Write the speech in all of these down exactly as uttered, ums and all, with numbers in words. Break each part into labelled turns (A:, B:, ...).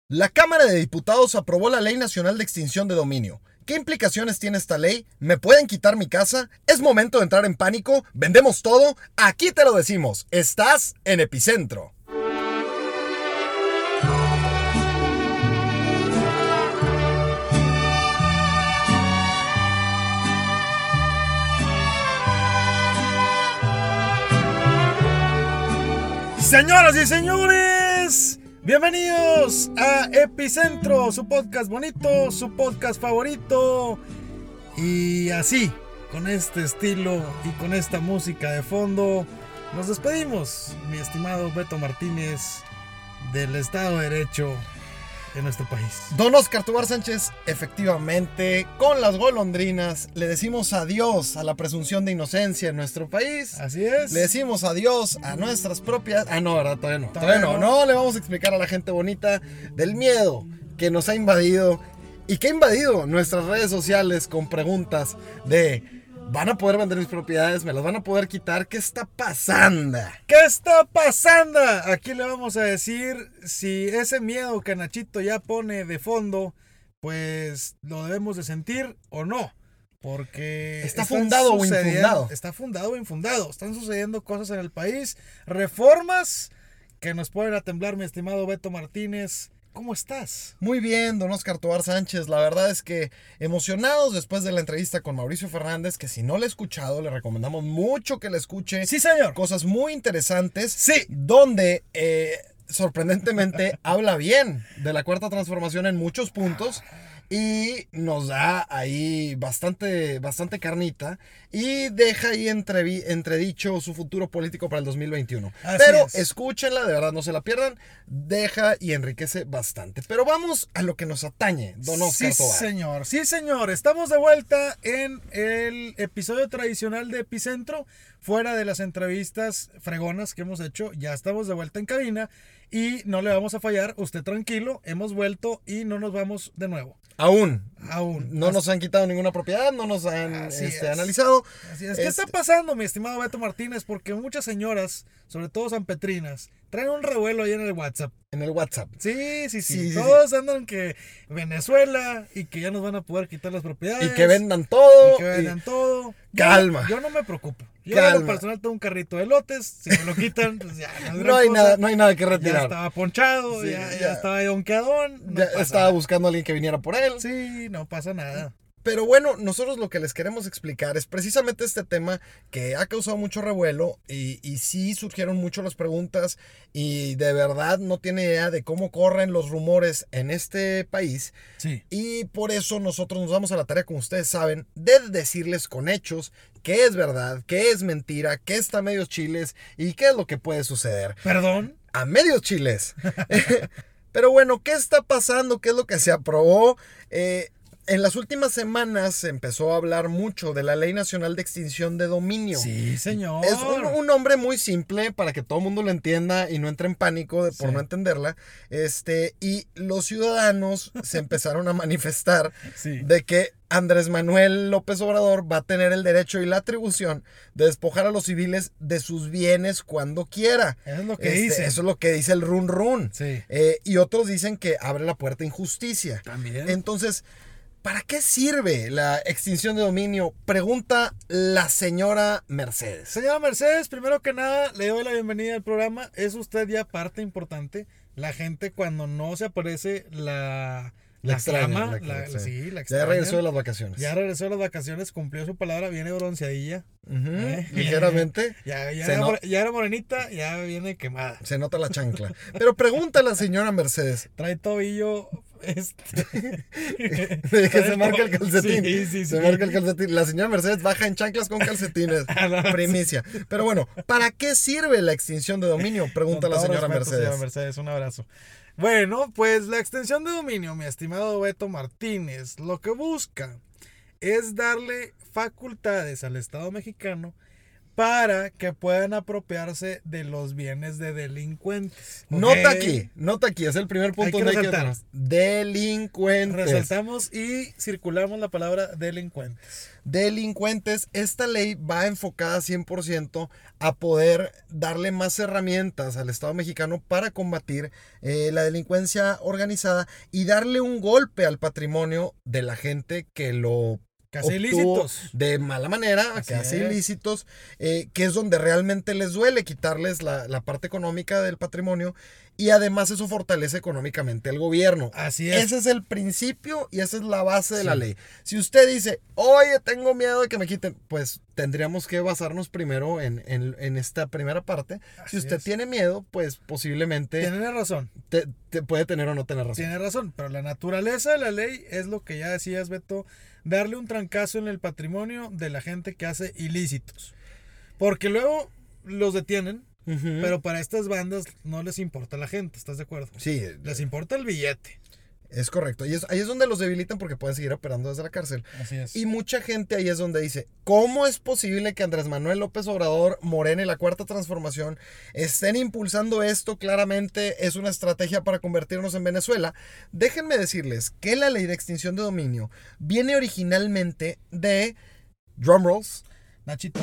A: La Cámara de Diputados aprobó la Ley Nacional de Extinción de Dominio. ¿Qué implicaciones tiene esta ley? ¿Me pueden quitar mi casa? ¿Es momento de entrar en pánico? ¿Vendemos todo? Aquí te lo decimos. Estás en Epicentro.
B: Señoras y señores, bienvenidos a Epicentro, su podcast bonito, su podcast favorito. Y así, con este estilo y con esta música de fondo, nos despedimos, mi estimado Beto Martínez, del Estado de Derecho en nuestro país.
A: Don Oscar Tobar Sánchez, efectivamente, con las golondrinas, le decimos adiós a la presunción de inocencia en nuestro país.
B: Así es.
A: Le decimos adiós a nuestras propias... Ah, no, ¿verdad? Todavía no.
B: Todavía
A: Todavía no.
B: no.
A: No le vamos a explicar a la gente bonita del miedo que nos ha invadido y que ha invadido nuestras redes sociales con preguntas de... ¿Van a poder vender mis propiedades? ¿Me las van a poder quitar? ¿Qué está pasando?
B: ¿Qué está pasando? Aquí le vamos a decir si ese miedo que Nachito ya pone de fondo, pues lo debemos de sentir o no. Porque
A: ¿Está fundado o infundado?
B: Está fundado o infundado. Están sucediendo cosas en el país. Reformas que nos ponen a temblar, mi estimado Beto Martínez. ¿Cómo estás?
A: Muy bien, don Oscar Tobar Sánchez. La verdad es que emocionados después de la entrevista con Mauricio Fernández, que si no la ha escuchado, le recomendamos mucho que la escuche.
B: Sí, señor.
A: Cosas muy interesantes.
B: Sí.
A: Donde, eh, sorprendentemente, habla bien de la Cuarta Transformación en muchos puntos. Y nos da ahí bastante, bastante carnita y deja ahí entrevi- entredicho su futuro político para el dos mil veintiuno.
B: Así
A: Pero
B: es.
A: escúchenla, de verdad no se la pierdan, deja y enriquece bastante. Pero vamos a lo que nos atañe, don Oscar
B: Sí,
A: Tobar.
B: señor. Sí, señor. Estamos de vuelta en el episodio tradicional de Epicentro, fuera de las entrevistas fregonas que hemos hecho. Ya estamos de vuelta en cabina y no le vamos a fallar. Usted tranquilo, hemos vuelto y no nos vamos de nuevo.
A: Aún.
B: Aún.
A: No nos han quitado ninguna propiedad, no nos han
B: Así
A: este,
B: es.
A: analizado.
B: Así es. ¿Qué
A: Este-
B: está pasando, mi estimado Beto Martínez? Porque muchas señoras, sobre todo sanpetrinas, traen un revuelo ahí en el WhatsApp.
A: En el WhatsApp.
B: Sí, sí, sí.
A: Sí, sí,
B: Todos andan que Venezuela y que ya nos van a poder quitar las propiedades.
A: Y que vendan todo.
B: Y que vendan
A: y-
B: todo. Yo-
A: Calma.
B: Yo, no me preocupo. Yo
A: Calma.
B: en lo personal tengo un carrito de lotes. Si me lo quitan, pues ya. No, es gran
A: No hay,
B: cosa.
A: nada, no hay nada que
B: Ya
A: retirar.
B: estaba ponchado,
A: Sí,
B: ya,
A: ya.
B: ya estaba donkeadón. No
A: Ya
B: pasa
A: estaba
B: nada.
A: buscando a alguien que viniera por él.
B: Sí, no pasa nada.
A: Pero bueno, nosotros lo que les queremos explicar es precisamente este tema que ha causado mucho revuelo y, y sí surgieron mucho las preguntas y de verdad no tiene idea de cómo corren los rumores en este país.
B: Sí.
A: Y por eso nosotros nos damos a la tarea, como ustedes saben, de decirles con hechos qué es verdad, qué es mentira, qué está a medios chiles y qué es lo que puede suceder.
B: ¿Perdón?
A: A medios chiles. Pero bueno, ¿qué está pasando? ¿Qué es lo que se aprobó? Eh, en las últimas semanas se empezó a hablar mucho de la Ley Nacional de Extinción de Dominio.
B: Sí, señor.
A: Es un, un nombre muy simple para que todo el mundo lo entienda y no entre en pánico de, por
B: Sí.
A: no entenderla. Este, y los ciudadanos se empezaron a manifestar
B: Sí.
A: de que Andrés Manuel López Obrador va a tener el derecho y la atribución de despojar a los civiles de sus bienes cuando quiera.
B: Eso es lo que
A: Este,
B: dice.
A: Eso es lo que dice el run run.
B: Sí.
A: Eh, y otros dicen que abre la puerta a injusticia.
B: También.
A: Entonces, ¿para qué sirve la extinción de dominio? Pregunta la señora Mercedes.
B: Señora Mercedes, primero que nada, le doy la bienvenida al programa. Es usted ya parte importante. La gente cuando no se aparece la...
A: La
B: La
A: extraña,
B: clama,
A: la-
B: la-
A: la extraña.
B: sí, la
A: Ya
B: extraña.
A: regresó de las vacaciones.
B: Ya regresó de las vacaciones, cumplió su palabra, viene bronceadilla.
A: Ujú,
B: ¿Eh?
A: Ligeramente.
B: Ya, ya,
A: Se
B: era,
A: no-
B: more- ya era morenita, ya viene quemada.
A: Se nota la chancla. Pero pregunta la señora Mercedes.
B: Trae tobillo. Este.
A: De que se marca el calcetín.
B: Sí, sí, sí.
A: Se marca el calcetín. La señora Mercedes baja en chanclas con calcetines.
B: Ah, no,
A: Primicia. Pero bueno, ¿para qué sirve la extinción de dominio? Pregunta
B: Con
A: la
B: todo
A: señora
B: respeto,
A: Mercedes.
B: señora Mercedes, un abrazo. Bueno, pues la extensión de dominio, mi estimado Beto Martínez, lo que busca es darle facultades al Estado mexicano para que puedan apropiarse de los bienes de delincuentes. ¿Ok?
A: Nota aquí, nota aquí, es el primer punto
B: Hay que
A: donde hay que
B: resaltar.
A: delincuentes.
B: Resaltamos y circulamos la palabra delincuentes.
A: Delincuentes, esta ley va enfocada cien por ciento a poder darle más herramientas al Estado mexicano para combatir eh, la delincuencia organizada y darle un golpe al patrimonio de la gente que lo
B: Que hace
A: obtuvo
B: ilícitos.
A: de mala manera,
B: Así
A: que hace
B: es.
A: ilícitos, eh, que es donde realmente les duele quitarles la, la parte económica del patrimonio y además eso fortalece económicamente al gobierno.
B: Así es.
A: Ese es el principio y esa es la base de
B: Sí.
A: la ley. Si usted dice, oye, tengo miedo de que me quiten, pues tendríamos que basarnos primero en, en, en esta primera parte.
B: Así
A: Si usted
B: es.
A: tiene miedo, pues posiblemente
B: Tiene razón.
A: te, te puede tener o no tener razón.
B: Tiene razón, pero la naturaleza de la ley es lo que ya decías, Beto, darle un trancazo en el patrimonio de la gente que hace ilícitos. Porque luego los detienen,
A: Ujú.
B: pero para estas bandas no les importa la gente, ¿estás de acuerdo?
A: Sí,
B: Les importa el billete.
A: es correcto. Y es, ahí es donde los debilitan porque pueden seguir operando desde la cárcel.
B: Así es.
A: Y mucha gente ahí es donde dice, ¿cómo es posible que Andrés Manuel López Obrador, Morena y la Cuarta Transformación estén impulsando esto? Claramente es una estrategia para convertirnos en Venezuela. Déjenme decirles que la ley de extinción de dominio viene originalmente de, drumrolls,
B: Nachito.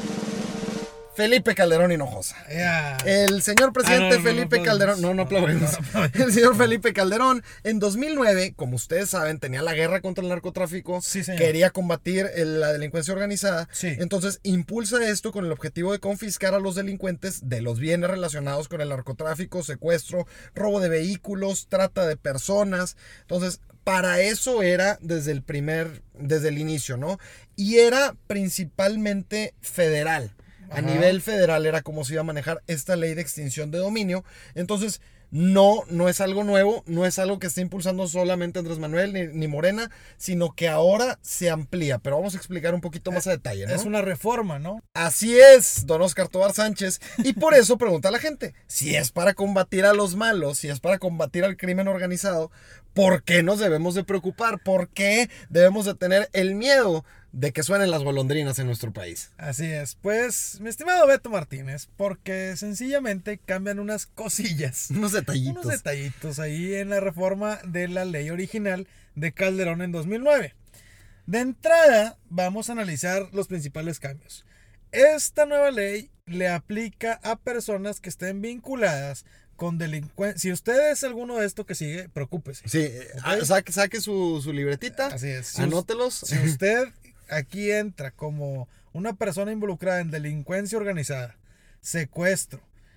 A: Felipe Calderón Hinojosa.
B: Ea.
A: El señor presidente
B: Ah, no, no, no
A: Felipe
B: aplaudimos.
A: Calderón, no, no aplaudimos.
B: No, no aplaudimos.
A: El señor Felipe Calderón, en dos mil nueve, como ustedes saben, tenía la guerra contra el narcotráfico,
B: Sí, señor.
A: quería combatir el- la delincuencia organizada,
B: Sí.
A: entonces impulsa esto con el objetivo de confiscar a los delincuentes de los bienes relacionados con el narcotráfico, secuestro, robo de vehículos, trata de personas. Entonces, para eso era desde el primer, desde el inicio, ¿no? Y era principalmente federal. A
B: Ajá.
A: nivel federal era como se iba a manejar esta ley de extinción de dominio. Entonces, no, no es algo nuevo, no es algo que esté impulsando solamente Andrés Manuel ni, ni Morena, sino que ahora se amplía. Pero vamos a explicar un poquito más a detalle, ¿no?
B: Es una reforma, ¿no?
A: Así es, don Oscar Tobar Sánchez. Y por eso pregunta a la gente, si es para combatir a los malos, si es para combatir al crimen organizado, ¿por qué nos debemos de preocupar? ¿Por qué debemos de tener el miedo de que suenen las golondrinas en nuestro país?
B: Así es. Pues, mi estimado Beto Martínez, porque sencillamente cambian unas cosillas.
A: Unos detallitos.
B: Unos detallitos ahí en la reforma de la ley original de Calderón en dos mil nueve. De entrada, vamos a analizar los principales cambios. Esta nueva ley le aplica a personas que estén vinculadas con delincuencia. Si usted es alguno de estos que sigue, preocúpese.
A: Sí, ah, saque, saque su, su libretita,
B: Así es. Si
A: anótelos.
B: Si usted aquí entra como una persona involucrada en delincuencia organizada, secuestro,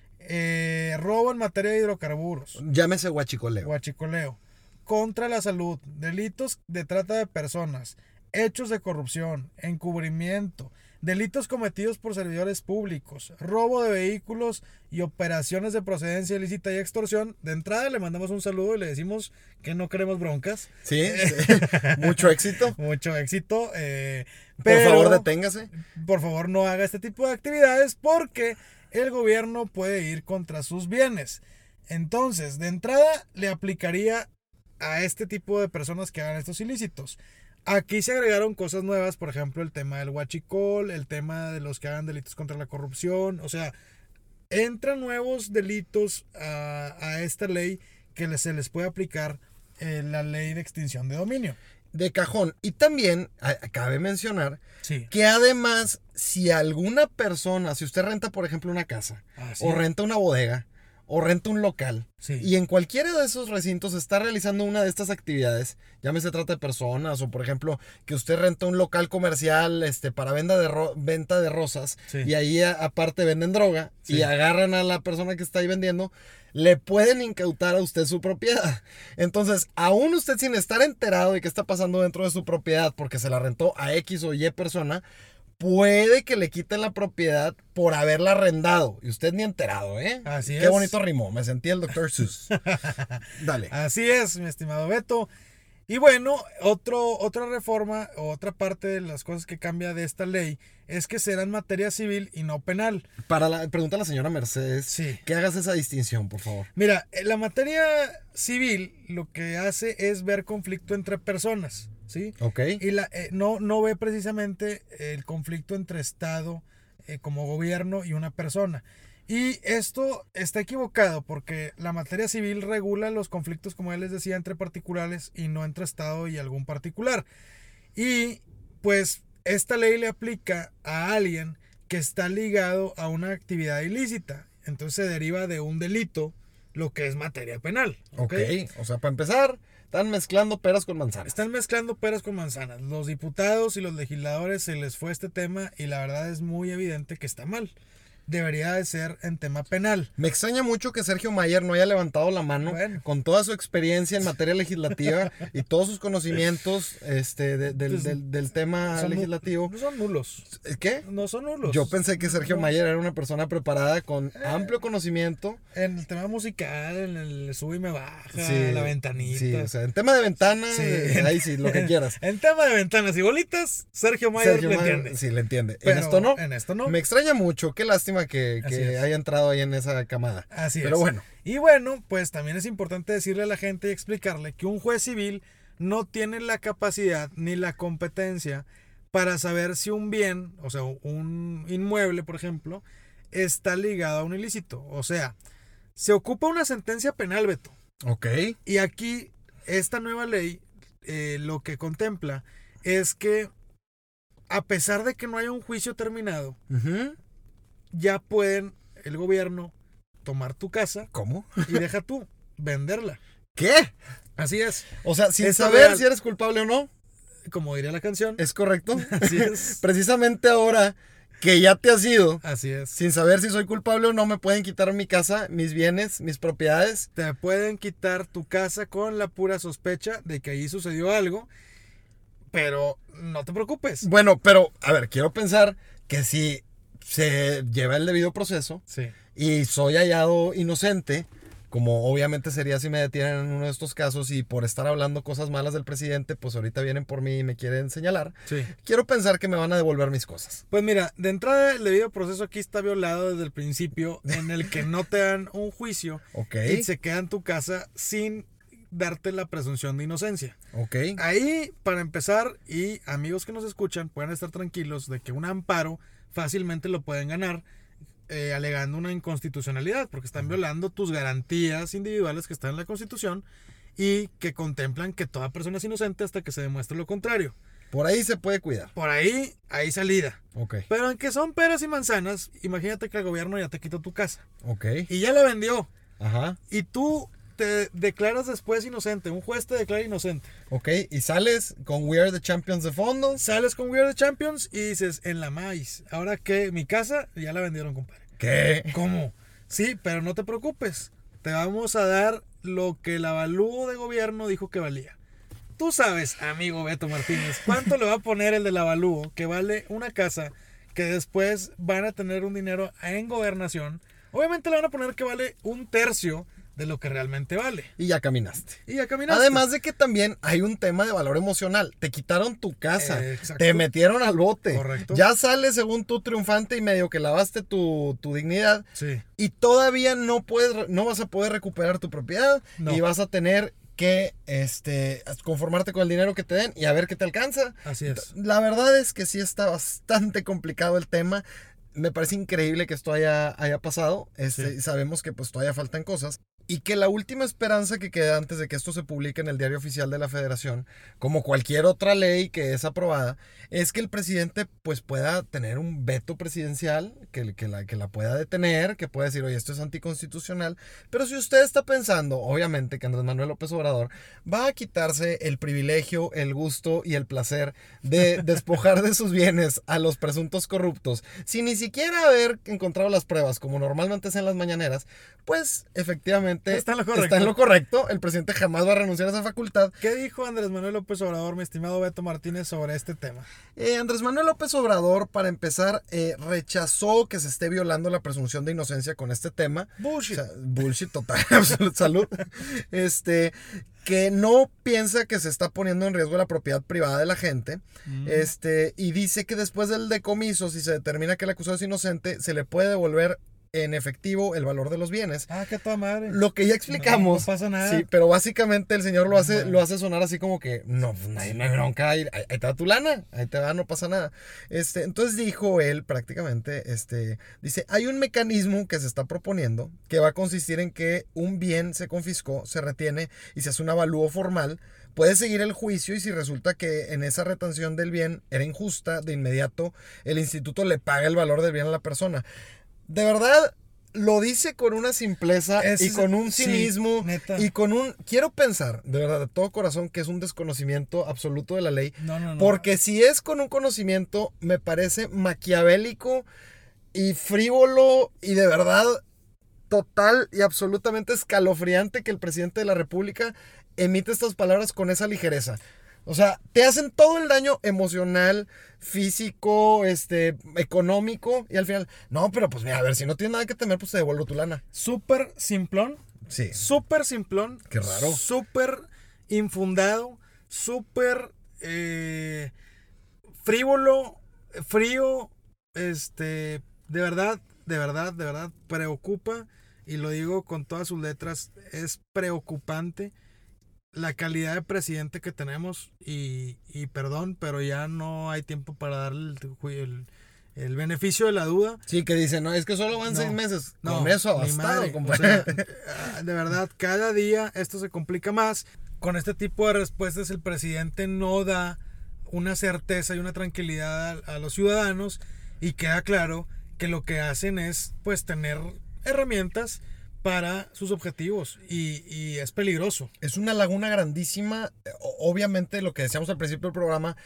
B: eh, robo en materia de hidrocarburos,
A: Llámese guachicoleo.
B: huachicoleo, contra la salud, delitos de trata de personas, hechos de corrupción, encubrimiento, delitos cometidos por servidores públicos, robo de vehículos y operaciones de procedencia ilícita y extorsión. De entrada le mandamos un saludo y le decimos que no queremos broncas.
A: Sí, sí. Mucho éxito.
B: Mucho éxito. eh,
A: Por
B: pero,
A: favor, deténgase.
B: por favor, no haga este tipo de actividades porque el gobierno puede ir contra sus bienes. Entonces, de entrada, le aplicaría a este tipo de personas que hagan estos ilícitos. Aquí se agregaron cosas nuevas, por ejemplo, el tema del huachicol, el tema de los que hagan delitos contra la corrupción. O sea, entran nuevos delitos a, a esta ley que les- se les puede aplicar eh, la ley de extinción de dominio.
A: De cajón. Y también, a- cabe mencionar,
B: Sí.
A: que además, si alguna persona, si usted renta, por ejemplo, una casa,
B: Así
A: o
B: es.
A: renta una bodega, o renta un local,
B: Sí.
A: y en cualquiera de esos recintos está realizando una de estas actividades, llámese trata de personas, o por ejemplo, que usted renta un local comercial este, para venta de, ro- venta de rosas,
B: Sí.
A: y ahí a- aparte venden droga,
B: Sí.
A: y agarran a la persona que está ahí vendiendo, le pueden incautar a usted su propiedad. Entonces, aún usted sin estar enterado de qué está pasando dentro de su propiedad, porque se la rentó a X o Y persona, puede que le quiten la propiedad por haberla arrendado. Y usted ni enterado, ¿eh?
B: Así
A: Qué
B: es.
A: bonito rimó. Me sentí el doctor Seuss. Dale.
B: Así es, mi estimado Beto. Y bueno, otro, otra reforma, otra parte de las cosas que cambia de esta ley es que será en materia civil y no penal.
A: Para la pregunta a la señora Mercedes,
B: Sí.
A: que hagas esa distinción, por favor.
B: Mira, en la materia civil lo que hace es ver conflicto entre personas, ¿sí?
A: Ok.
B: Y la, eh, no, no ve precisamente el conflicto entre Estado eh, como gobierno y una persona. Y esto está equivocado porque la materia civil regula los conflictos, como él les decía, entre particulares y no entre Estado y algún particular. Y pues esta ley le aplica a alguien que está ligado a una actividad ilícita. Entonces se deriva de un delito, lo que es materia penal.
A: Ok, okay. O sea, para empezar, están mezclando peras con manzanas.
B: Están mezclando peras con manzanas. Los diputados y los legisladores se les fue este tema y la verdad es muy evidente que está mal. Debería de ser en tema penal.
A: Me extraña mucho que Sergio Mayer no haya levantado la mano bueno. con toda su experiencia en materia legislativa y todos sus conocimientos este, de, del, pues, del, del tema
B: son,
A: legislativo.
B: No son nulos.
A: ¿Qué?
B: No son nulos.
A: Yo pensé que Sergio no. Mayer era una persona preparada con eh, amplio conocimiento.
B: En el tema musical, en el sube y me baja, sí, la ventanita.
A: Sí, o sea, en tema de ventanas, sí. eh, ahí sí, lo que quieras.
B: En tema de ventanas y bolitas, Sergio Mayer
A: Sergio
B: le
A: Mayer,
B: entiende.
A: Sí, le entiende.
B: Pero
A: en esto no.
B: En esto no.
A: Me extraña mucho. Qué lástima que, que haya entrado ahí en esa camada.
B: Así
A: Pero
B: es.
A: bueno.
B: Y bueno, pues también es importante decirle a la gente y explicarle que un juez civil no tiene la capacidad ni la competencia para saber si un bien, o sea, un inmueble, por ejemplo, está ligado a un ilícito. O sea, se ocupa una sentencia penal, Beto.
A: Ok.
B: Y aquí, esta nueva ley, eh, lo que contempla es que a pesar de que no haya un juicio terminado, uh-huh. ya pueden el gobierno tomar tu casa.
A: ¿Cómo?
B: Y deja tú venderla.
A: ¿Qué?
B: Así es.
A: O sea, sin
B: es
A: saber
B: real.
A: si eres culpable o no.
B: Como diría la canción.
A: ¿Es correcto?
B: Así es.
A: Precisamente ahora que ya te has ido.
B: Así es.
A: Sin saber si soy culpable o no, me pueden quitar mi casa, mis bienes, mis propiedades.
B: Te pueden quitar tu casa con la pura sospecha de que ahí sucedió algo. Pero no te preocupes.
A: Bueno, pero, a ver, quiero pensar que si se lleva el debido proceso
B: sí.
A: y soy hallado inocente, como obviamente sería si me detienen en uno de estos casos y por estar hablando cosas malas del presidente, pues ahorita vienen por mí y me quieren señalar.
B: Sí.
A: Quiero pensar que me van a devolver mis cosas.
B: Pues mira, de entrada el debido proceso aquí está violado desde el principio, en el que no te dan un juicio
A: okay.
B: y se queda en tu casa sin darte la presunción de inocencia.
A: Ok.
B: Ahí, para empezar, y amigos que nos escuchan, pueden estar tranquilos de que un amparo fácilmente lo pueden ganar eh, alegando una inconstitucionalidad, porque están violando tus garantías individuales que están en la Constitución y que contemplan que toda persona es inocente hasta que se demuestre lo contrario.
A: Por ahí se puede cuidar.
B: Por ahí hay salida.
A: Ok.
B: Pero aunque son peras y manzanas, imagínate que el gobierno ya te quitó tu casa.
A: Ok.
B: Y ya la vendió.
A: Ajá.
B: Y tú te declaras después inocente. Un juez te declara inocente.
A: Ok, y sales con We Are the Champions de fondo.
B: Sales con We Are the Champions y dices, en la maíz. Ahora que mi casa ya la vendieron, compadre.
A: ¿Qué?
B: ¿Cómo? Sí, pero no te preocupes. Te vamos a dar lo que el avalúo de gobierno dijo que valía. Tú sabes, amigo Beto Martínez, cuánto le va a poner el del avalúo que vale una casa que después van a tener un dinero en gobernación. Obviamente le van a poner que vale un tercio de lo que realmente vale.
A: Y ya caminaste.
B: Y ya caminaste.
A: Además de que también hay un tema de valor emocional. Te quitaron tu casa.
B: Eh, exacto.
A: Te metieron al bote.
B: Correcto.
A: Ya sales según tú triunfante y medio que lavaste tu, tu dignidad.
B: Sí.
A: Y todavía no puedes, no vas a poder recuperar tu propiedad. No. Y vas a tener que este, conformarte con el dinero que te den y a ver qué te alcanza.
B: Así es.
A: La verdad es que sí está bastante complicado el tema. Me parece increíble que esto haya, haya pasado. Este, sí. Sabemos que pues todavía faltan cosas. Y que la última esperanza que queda antes de que esto se publique en el Diario Oficial de la Federación, como cualquier otra ley que es aprobada, es que el presidente pues pueda tener un veto presidencial, que, que, la, que la pueda detener, que pueda decir, oye, esto es anticonstitucional. Pero si usted está pensando, obviamente, que Andrés Manuel López Obrador va a quitarse el privilegio, el gusto y el placer de despojar de sus bienes a los presuntos corruptos, sin ni siquiera haber encontrado las pruebas, como normalmente es en las mañaneras, pues efectivamente
B: Está en lo correcto.
A: Está en lo correcto. El presidente jamás va a renunciar a esa facultad.
B: ¿Qué dijo Andrés Manuel López Obrador, mi estimado Beto Martínez, sobre este tema?
A: Eh, Andrés Manuel López Obrador, para empezar, eh, rechazó que se esté violando la presunción de inocencia con este tema.
B: Bullshit.
A: O sea, bullshit total. Absoluta salud. Este... que no piensa que se está poniendo en riesgo la propiedad privada de la gente, mm. este, y dice que después del decomiso, si se determina que el acusado es inocente, se le puede devolver en efectivo el valor de los bienes.
B: Ah, qué toda madre.
A: Lo que ya explicamos.
B: No, no pasa nada.
A: Sí, pero básicamente el señor lo
B: No,
A: hace,
B: no.
A: lo hace sonar así como que no, pues, no hay, no hay bronca, ahí, ahí te va tu lana, ahí te va, no pasa nada. Este, entonces dijo él prácticamente, este, dice, hay un mecanismo que se está proponiendo que va a consistir en que un bien se confiscó, se retiene y se hace un avalúo formal. Puede seguir el juicio y si resulta que en esa retención del bien era injusta, de inmediato el instituto le paga el valor del bien a la persona. De verdad, lo dice con una simpleza
B: Ese
A: y
B: es-
A: con un
B: sí,
A: cinismo
B: neta.
A: y con un... Quiero pensar, de verdad, de todo corazón, que es un desconocimiento absoluto de la ley.
B: No, no, no.
A: Porque si es con un conocimiento, me parece maquiavélico y frívolo y de verdad total y absolutamente escalofriante que el presidente de la República emite estas palabras con esa ligereza. O sea, te hacen todo el daño emocional, físico, este, económico y al final, no, pero pues mira, a ver, si no tienes nada que temer, pues te devuelvo tu lana.
B: Súper simplón.
A: Sí.
B: Súper simplón.
A: Qué raro.
B: Súper infundado. Súper eh, frívolo. Frío. Este. De verdad, de verdad, de verdad. Preocupa. Y lo digo con todas sus letras. Es preocupante la calidad de presidente que tenemos. Y, y perdón, pero ya no hay tiempo para darle el, el, el beneficio de la duda.
A: Sí, que dicen, no, es que solo van
B: No,
A: seis meses.
B: no,
A: Con eso ha
B: ni
A: bastado,
B: madre.
A: compadre.
B: O sea, de verdad, cada día esto se complica más. Con este tipo de respuestas el presidente no da una certeza y una tranquilidad a, a los ciudadanos y queda claro que lo que hacen es pues tener herramientas para sus objetivos y, y es peligroso.
A: Es una laguna grandísima. O- Obviamente, lo que decíamos al principio del programa,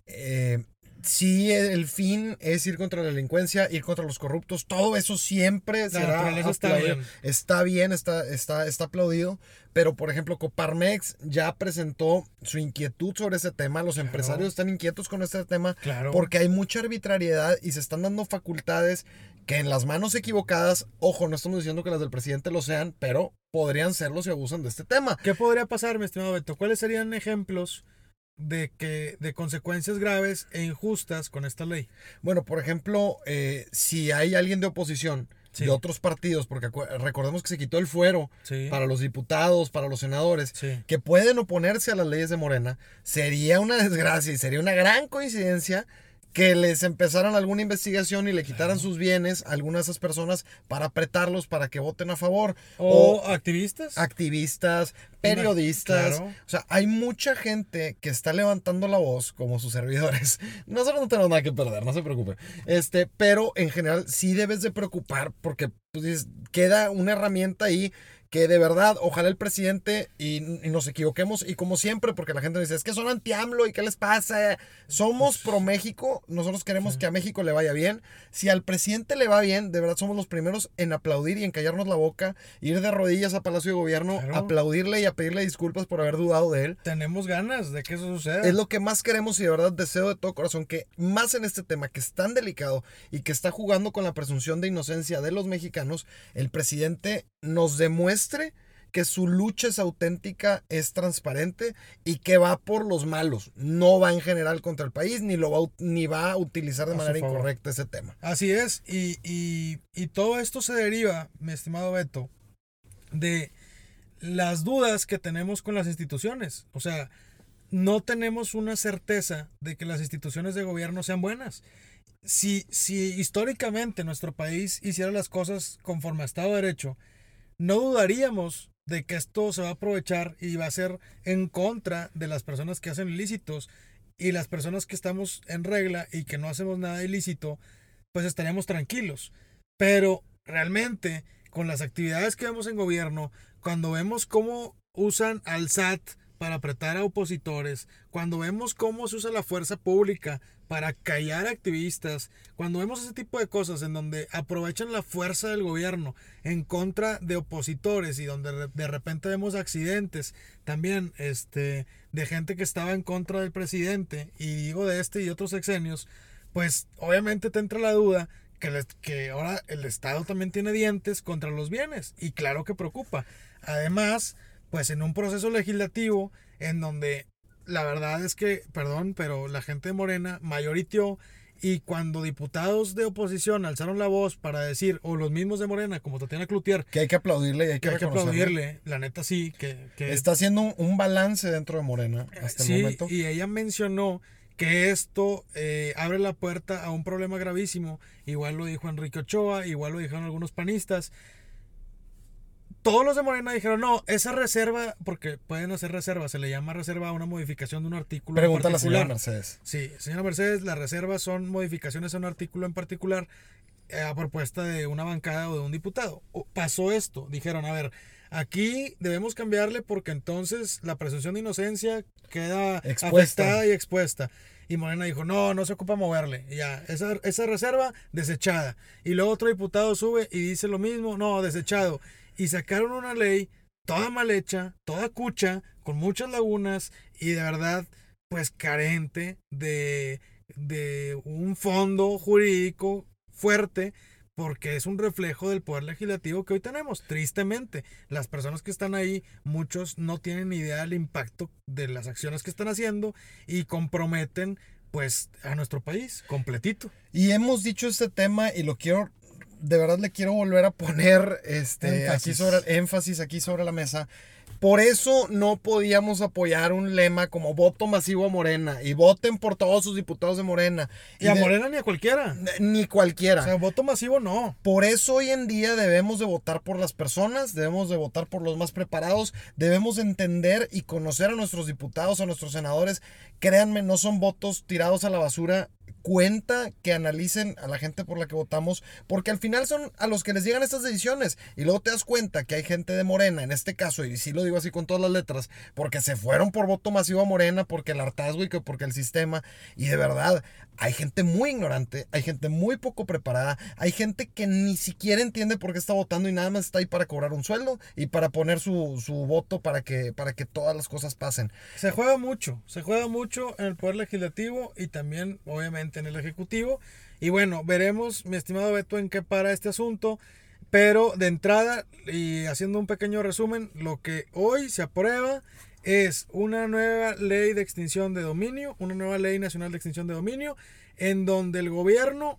A: eh, sí, el fin es ir contra la delincuencia, ir contra los corruptos. Todo eso siempre
B: La
A: será
B: naturaleza está
A: aplaudido.
B: bien.
A: Está bien, está, está, está aplaudido. Pero, por ejemplo, Coparmex ya presentó su inquietud sobre ese tema. Los
B: Claro.
A: empresarios están inquietos con este tema
B: Claro.
A: porque hay mucha arbitrariedad y se están dando facultades que en las manos equivocadas, ojo, no estamos diciendo que las del presidente lo sean, pero podrían serlo si abusan de este tema.
B: ¿Qué podría pasar, mi estimado Beto? ¿Cuáles serían ejemplos de que de consecuencias graves e injustas con esta ley?
A: Bueno, por ejemplo, eh, si hay alguien de oposición,
B: Sí.
A: de otros partidos, porque acu- recordemos que se quitó el fuero
B: Sí.
A: para los diputados, para los senadores,
B: Sí.
A: que pueden oponerse a las leyes de Morena, sería una desgracia y sería una gran coincidencia que les empezaran alguna investigación y le quitaran sus bienes a algunas de esas personas para apretarlos para que voten a favor.
B: O,
A: O
B: activistas.
A: activistas, periodistas.
B: Claro.
A: O sea, hay mucha gente que está levantando la voz, como sus servidores. Nosotros no tenemos nada que perder, no se preocupe. Este, pero en general sí debes de preocupar porque pues, dices, queda una herramienta ahí que de verdad, ojalá el presidente y, y nos equivoquemos y como siempre, porque la gente dice, es que son anti-AMLO y qué les pasa. Somos pro México, nosotros queremos
B: Sí.
A: que a México le vaya bien. Si al presidente le va bien, de verdad somos los primeros en aplaudir y en callarnos la boca, ir de rodillas a Palacio de Gobierno,
B: Claro.
A: aplaudirle y a pedirle disculpas por haber dudado de él.
B: Tenemos ganas de que eso suceda.
A: Es lo que más queremos y de verdad deseo de todo corazón que más en este tema que es tan delicado y que está jugando con la presunción de inocencia de los mexicanos, el presidente nos demuestre que su lucha es auténtica, es transparente y que va por los malos. No va en general contra el país ni, lo va, a ut- ni va a utilizar de
B: A su
A: manera
B: favor.
A: incorrecta ese tema.
B: Así es, y, y, y todo esto se deriva, mi estimado Beto, de las dudas que tenemos con las instituciones. O sea, no tenemos una certeza de que las instituciones de gobierno sean buenas. Si, si históricamente nuestro país hiciera las cosas conforme a Estado de Derecho, no dudaríamos de que esto se va a aprovechar y va a ser en contra de las personas que hacen ilícitos y las personas que estamos en regla y que no hacemos nada ilícito, pues estaríamos tranquilos. Pero realmente, con las actividades que vemos en gobierno, cuando vemos cómo usan al S A T para apretar a opositores, cuando vemos cómo se usa la fuerza pública para callar activistas, cuando vemos ese tipo de cosas en donde aprovechan la fuerza del gobierno en contra de opositores y donde de repente vemos accidentes también este, de gente que estaba en contra del presidente, y digo de este y otros sexenios, pues obviamente te entra la duda que, les, que ahora el Estado también tiene dientes contra los bienes, y claro que preocupa. Además, pues en un proceso legislativo en donde la verdad es que, perdón, pero la gente de Morena mayoritió Y cuando diputados de oposición alzaron la voz para decir, o los mismos de Morena, como Tatiana Cloutier,
A: que hay que aplaudirle y hay que,
B: que hay que
A: reconocerle.
B: aplaudirle, la neta sí, que, que
A: está haciendo un, un balance dentro de Morena hasta
B: sí,
A: el momento.
B: Y ella mencionó que esto eh, abre la puerta a un problema gravísimo. Igual lo dijo Enrique Ochoa, igual lo dijeron algunos panistas. Todos los de Morena dijeron, no, esa reserva, porque pueden hacer reserva, se le llama reserva a una modificación de un artículo
A: Pregunta
B: en particular.
A: a la señora Mercedes.
B: Sí, señora Mercedes, las reservas son modificaciones a un artículo en particular eh, a propuesta de una bancada o de un diputado. O, pasó esto, dijeron, a ver, aquí debemos cambiarle porque entonces la presunción de inocencia queda
A: expuesta.
B: afectada y expuesta. Y Morena dijo, no, no se ocupa moverle. Y ya, esa, esa reserva desechada. Y luego otro diputado sube y dice lo mismo, no, desechado. Y sacaron una ley toda mal hecha, toda cucha, con muchas lagunas y de verdad, pues carente de, de un fondo jurídico fuerte, porque es un reflejo del poder legislativo que hoy tenemos. Tristemente, las personas que están ahí, muchos no tienen ni idea del impacto de las acciones que están haciendo y comprometen pues a nuestro país completito.
A: Y hemos dicho este tema y lo quiero... De verdad le quiero volver a poner este,
B: énfasis.
A: aquí sobre, énfasis aquí sobre la mesa. Por eso no podíamos apoyar un lema como voto masivo a Morena y voten por todos sus diputados de Morena.
B: Y, y a
A: de,
B: Morena ni a cualquiera.
A: Ni cualquiera.
B: O sea, voto masivo no.
A: Por eso hoy en día debemos de votar por las personas, debemos de votar por los más preparados, debemos entender y conocer a nuestros diputados, a nuestros senadores. Créanme, no son votos tirados a la basura. Cuenta que analicen a la gente por la que votamos, porque al final son a los que les llegan estas decisiones y luego te das cuenta que hay gente de Morena, en este caso, y sí lo digo así con todas las letras, porque se fueron por voto masivo a Morena, porque el hartazgo y que porque el sistema, y de verdad, hay gente muy ignorante, hay gente muy poco preparada, hay gente que ni siquiera entiende por qué está votando y nada más está ahí para cobrar un sueldo y para poner su, su voto para que, para que todas las cosas pasen.
B: Se juega mucho, se juega mucho en el poder legislativo y también, obviamente, en el ejecutivo. Y bueno, veremos, mi estimado Beto, en qué para este asunto. Pero de entrada, y haciendo un pequeño resumen, lo que hoy se aprueba es una nueva ley de extinción de dominio, una nueva ley nacional de extinción de dominio, en donde el gobierno,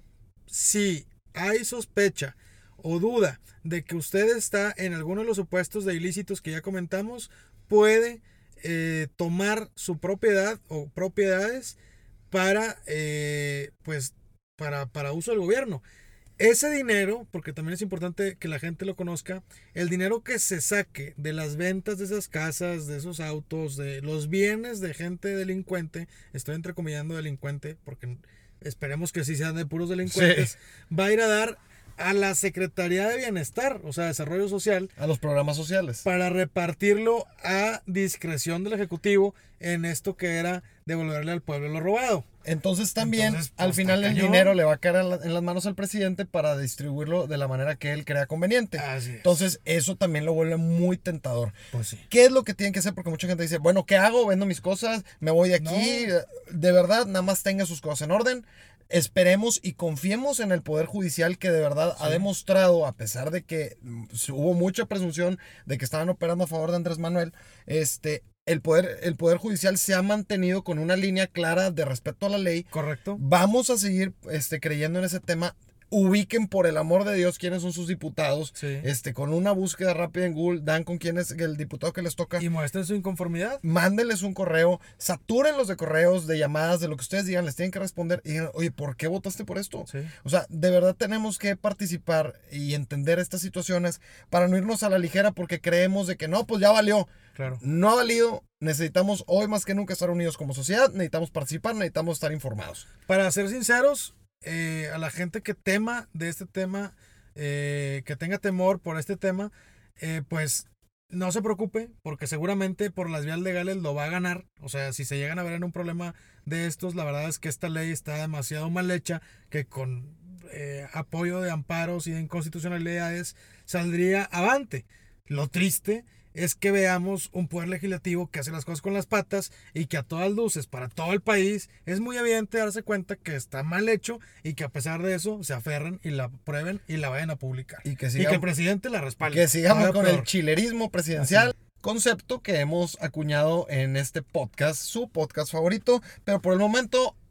B: si hay sospecha o duda de que usted está en alguno de los supuestos de ilícitos que ya comentamos, puede eh, tomar su propiedad o propiedades para, eh, pues, para, para uso del gobierno. Ese dinero, porque también es importante que la gente lo conozca, el dinero que se saque de las ventas de esas casas, de esos autos, de los bienes de gente delincuente, estoy entrecomillando delincuente, porque esperemos que sí sean de puros delincuentes, sí, va a ir a dar a la Secretaría de Bienestar, o sea, Desarrollo Social,
A: a los programas sociales,
B: para repartirlo a discreción del Ejecutivo en esto que era devolverle al pueblo lo robado.
A: Entonces también
B: Entonces, pues,
A: al final el
B: cañón.
A: dinero le va a caer en, la, en las manos al presidente para distribuirlo de la manera que él crea conveniente.
B: Así es.
A: Entonces eso también lo vuelve muy tentador.
B: Pues sí.
A: ¿Qué es lo que tienen que hacer? Porque mucha gente dice, bueno, ¿qué hago? Vendo mis cosas, me voy de aquí. No. De verdad, nada más tenga sus cosas en orden. Esperemos y confiemos en el Poder Judicial que de verdad sí. ha demostrado, a pesar de que hubo mucha presunción de que estaban operando a favor de Andrés Manuel, este... El poder, el poder Judicial se ha mantenido con una línea clara de respeto a la ley.
B: Correcto.
A: Vamos a seguir este, creyendo en ese tema. Ubiquen, por el amor de Dios, quiénes son sus diputados.
B: Sí.
A: Este, con una búsqueda rápida en Google, dan con quién es el diputado que les toca.
B: Y muestren su inconformidad.
A: Mándenles un correo, satúrenlos de correos, de llamadas, de lo que ustedes digan, les tienen que responder. Y digan, oye, ¿por qué votaste por esto?
B: Sí.
A: O sea, de verdad tenemos que participar y entender estas situaciones para no irnos a la ligera porque creemos de que no, pues ya valió.
B: Claro.
A: No ha valido. Necesitamos hoy más que nunca estar unidos como sociedad. Necesitamos participar, necesitamos estar informados.
B: Para ser sinceros, eh, a la gente que tema de este tema, eh, que tenga temor por este tema, eh, pues no se preocupe, porque seguramente por las vías legales lo va a ganar. O sea, si se llegan a ver en un problema de estos, la verdad es que esta ley está demasiado mal hecha, que con eh, apoyo de amparos y de inconstitucionalidades saldría avante. Lo triste es que veamos un poder legislativo que hace las cosas con las patas y que a todas luces, para todo el país, es muy evidente darse cuenta que está mal hecho y que a pesar de eso se aferran y la aprueben y la vayan a publicar.
A: Y que,
B: y
A: sigamos,
B: que el presidente la respalde.
A: Que sigamos con
B: peor.
A: el chilerismo presidencial. Así. Concepto que hemos acuñado en este podcast, su podcast favorito, pero por el momento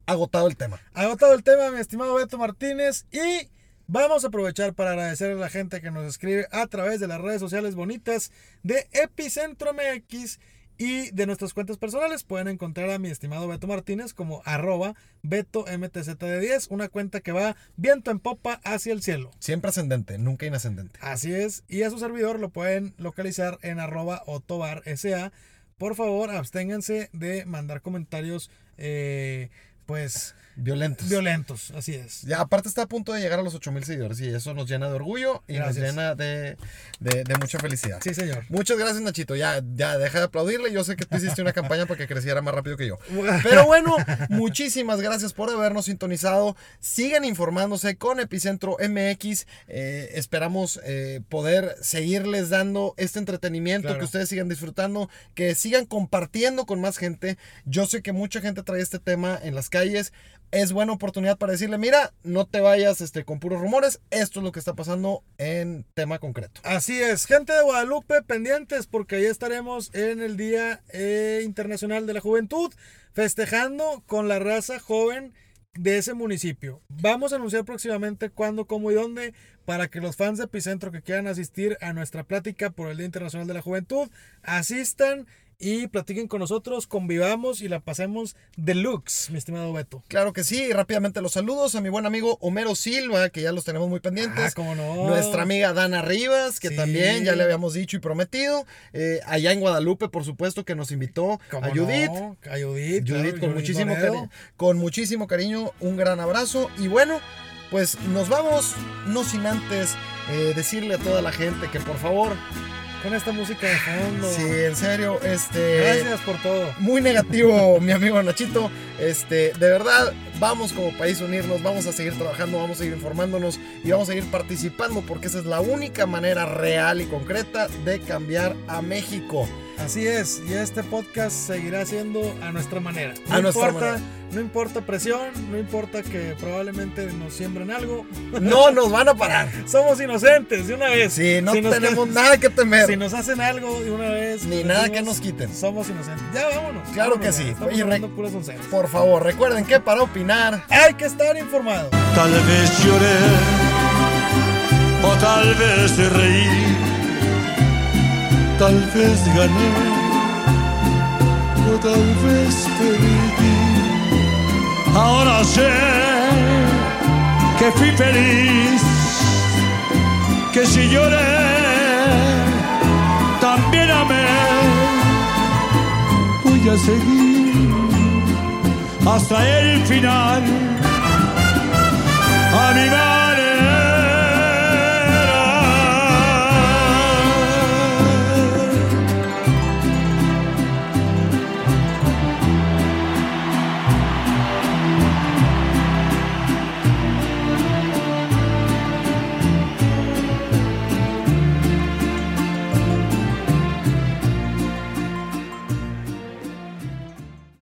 A: agotado el tema.
B: Agotado el tema, mi estimado Beto Martínez. Y vamos a aprovechar para agradecer a la gente que nos escribe a través de las redes sociales bonitas de Epicentro M X y de nuestras cuentas personales. Pueden encontrar a mi estimado Beto Martínez como arroba Beto M T Z de diez, una cuenta que va viento en popa hacia el cielo.
A: Siempre ascendente, nunca inascendente.
B: Así es, y a su servidor lo pueden localizar en arroba Otobar S A. Por favor, absténganse de mandar comentarios, eh, pues...
A: Violentos.
B: Violentos, así es.
A: Ya, aparte está a punto de llegar a los ocho mil seguidores y eso nos llena de orgullo y
B: Gracias.
A: nos llena de, de, de mucha felicidad.
B: Sí, señor.
A: Muchas gracias, Nachito. Ya, ya deja de aplaudirle. Yo sé que tú hiciste una campaña para que creciera más rápido que yo. Pero bueno, muchísimas gracias por habernos sintonizado. Sigan informándose con Epicentro M X. Eh, esperamos eh, poder seguirles dando este entretenimiento,
B: Claro.
A: que ustedes sigan disfrutando, que sigan compartiendo con más gente. Yo sé que mucha gente trae este tema en las calles. Es buena oportunidad para decirle, mira, no te vayas este, con puros rumores. Esto es lo que está pasando en tema concreto.
B: Así es, gente de Guadalupe, pendientes porque ahí estaremos en el Día eh, Internacional de la Juventud, festejando con la raza joven de ese municipio. Vamos a anunciar próximamente cuándo, cómo y dónde para que los fans de Epicentro que quieran asistir a nuestra plática por el Día Internacional de la Juventud asistan y platiquen con nosotros, convivamos y la pasemos deluxe, mi estimado Beto.
A: Claro que sí, y rápidamente los saludos a mi buen amigo Homero Silva, que ya los tenemos muy pendientes.
B: Ah, cómo no.
A: Nuestra amiga Dana Rivas, que
B: Sí.
A: también ya le habíamos dicho y prometido. Eh, allá en Guadalupe, por supuesto, que nos invitó
B: ¿Cómo
A: a Judith.
B: no? A Judith,
A: Judith,
B: claro,
A: con, muchísimo
B: Loredo.
A: cari- con muchísimo cariño, un gran abrazo. Y bueno, pues nos vamos, no sin antes eh, decirle a toda la gente que por favor,
B: Con esta música de fondo.
A: sí, en serio, este...
B: Gracias por todo.
A: Muy negativo, mi amigo Nachito. Este, de verdad, vamos como país a unirnos, vamos a seguir trabajando, vamos a seguir informándonos y vamos a seguir participando porque esa es la única manera real y concreta de cambiar a México.
B: Así es, y este podcast seguirá siendo a nuestra manera. No
A: A nuestra
B: importa,
A: manera.
B: no importa presión, no importa que probablemente nos siembren algo.
A: No nos van a parar.
B: Somos inocentes de una vez.
A: Sí, no
B: Si nos-
A: tenemos nada que temer.
B: Si nos hacen algo de una vez,
A: Ni
B: decimos,
A: nada que nos quiten.
B: Somos inocentes. Ya vámonos.
A: Claro
B: vámonos,
A: que sí.
B: Estamos
A: Oye,
B: hablando
A: Rec-
B: puras onceras.
A: Por favor, recuerden que para opinar
B: Hay que estar informado.
C: Tal vez lloré o tal vez reí, tal vez gané o tal vez perdí. Ahora sé que fui feliz, que si lloré también amé. Voy a seguir hasta el final.